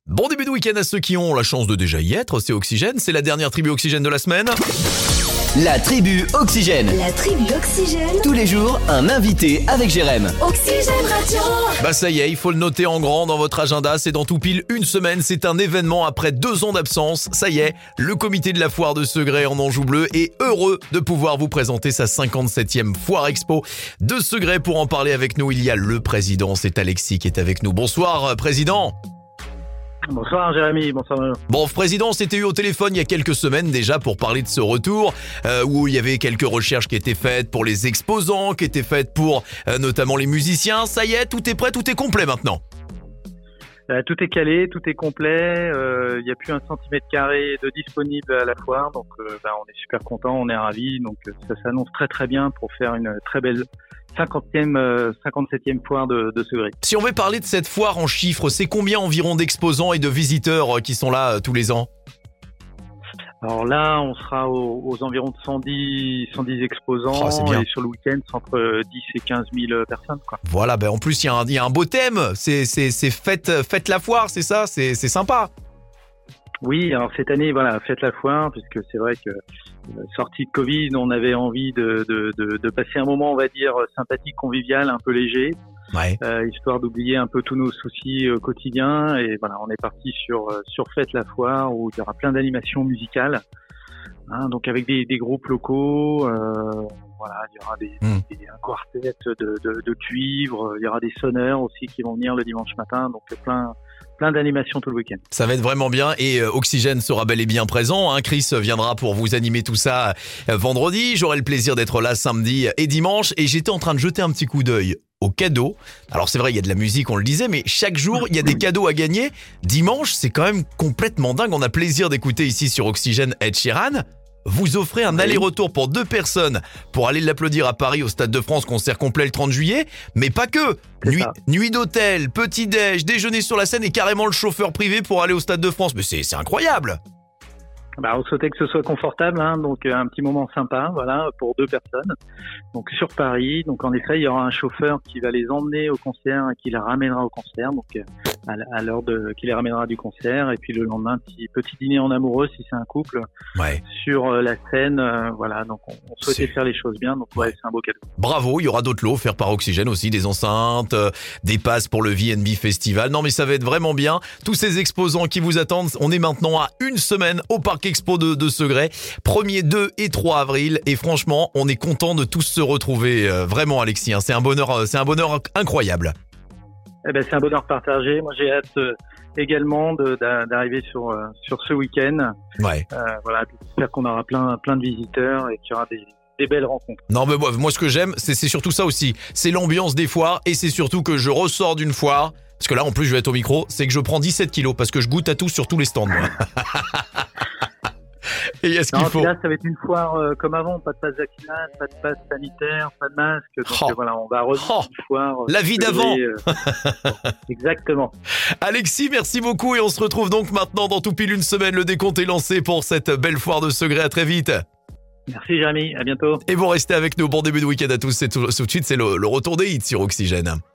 Bon début de week-end à ceux qui ont la chance de déjà y être, c'est Oxygène, c'est la dernière tribu Oxygène de la semaine. La tribu Oxygène. La tribu Oxygène. Tous les jours, un invité avec Jérém. Oxygène Radio. Bah ça y est, il faut le noter en grand dans votre agenda, c'est dans tout pile une semaine, c'est un événement après 2 ans d'absence. Ça y est, le comité de la foire de Segré en Anjou Bleu est heureux de pouvoir vous présenter sa 57e foire expo de Segré. Pour en parler avec nous, il y a le président, c'est Alexis qui est avec nous. Bonsoir président. Bonsoir Jérémy, bonsoir Bruno. Bon, président, s'était eu au téléphone il y a quelques semaines déjà pour parler de ce retour, où il y avait quelques recherches qui étaient faites pour les exposants, qui étaient faites pour notamment les musiciens. Ça y est, tout est prêt, tout est complet maintenant. Tout est calé, tout est complet, il n'y a plus 1 centimètre carré de disponible à la foire, donc on est super content, on est ravis, donc ça s'annonce très très bien pour faire une très belle 57e foire de Segré. Si on veut parler de cette foire en chiffres, c'est combien environ d'exposants et de visiteurs qui sont là tous les ans ? Alors là, on sera aux environs de 110 exposants, c'est bien. Et sur le week-end, c'est entre 10 et 15 000 personnes, quoi. Voilà, en plus il y a un beau thème, c'est faites la foire, c'est ça, c'est sympa. Oui, alors cette année, faites la foire, puisque c'est vrai que sortie de Covid, on avait envie de passer un moment, on va dire, sympathique, convivial, un peu léger, Ouais. histoire d'oublier un peu tous nos soucis quotidiens. Et voilà, on est parti sur Faites la foire, où il y aura plein d'animations musicales, donc avec des groupes locaux. Il y aura un quartet de cuivre, il y aura des sonneurs aussi qui vont venir le dimanche matin, donc plein d'animations tout le week-end. Ça va être vraiment bien et Oxygène sera bel et bien présent. Chris viendra pour vous animer tout ça vendredi. J'aurai le plaisir d'être là samedi et dimanche. Et j'étais en train de jeter un petit coup d'œil aux cadeaux. Alors c'est vrai, il y a de la musique, on le disait, mais chaque jour, il y a des cadeaux à gagner. Dimanche, c'est quand même complètement dingue. On a plaisir d'écouter ici sur Oxygène Ed Sheeran. Vous offrez un aller-retour pour 2 personnes pour aller l'applaudir à Paris au Stade de France, concert complet le 30 juillet. Mais pas que. Nuit d'hôtel, petit-déj, déjeuner sur la scène et carrément le chauffeur privé pour aller au Stade de France. Mais c'est incroyable. On souhaitait que ce soit confortable, donc un petit moment sympa, pour 2 personnes. Donc sur Paris, donc en effet, il y aura un chauffeur qui va les emmener au concert et qui les ramènera au concert, donc à l'heure qui les ramènera du concert. Et puis le lendemain, petit dîner en amoureux si c'est un couple, sur la scène, Donc on souhaitait faire les choses bien, donc c'est un beau cadeau. Bravo, il y aura d'autres lots offerts par Oxygène aussi, des enceintes, des passes pour le VNB Festival. Non mais ça va être vraiment bien. Tous ces exposants qui vous attendent, on est maintenant à 1 semaine au Parc Expo de Segré, 1er, 2 et 3 avril. Et franchement, on est content de tous se retrouver. Vraiment Alexis, c'est un bonheur incroyable. C'est un bonheur partagé. Moi j'ai hâte également d'arriver sur ce week-end. J'espère qu'on aura plein de visiteurs et qu'il y aura des belles rencontres. Non mais moi ce que j'aime, c'est surtout ça aussi. C'est l'ambiance des foires et c'est surtout que je ressors d'une foire. Parce que là en plus je vais être au micro, c'est que je prends 17 kilos parce que je goûte à tout sur tous les stands. Moi. Et est-ce qu'il faut... Là, ça va être une foire comme avant, pas de passe vaccinal, pas de passe sanitaire, pas de masque. Donc on va revenir une foire. La vie d'avant. Exactement. Alexis, merci beaucoup et on se retrouve donc maintenant dans tout pile 1 semaine. Le décompte est lancé pour cette belle foire de Segré. À très vite. Merci Jérémy, à bientôt. Et vous restez avec nous. Bon début de week-end à tous. Tout de suite, c'est le retour des hits sur Oxygène.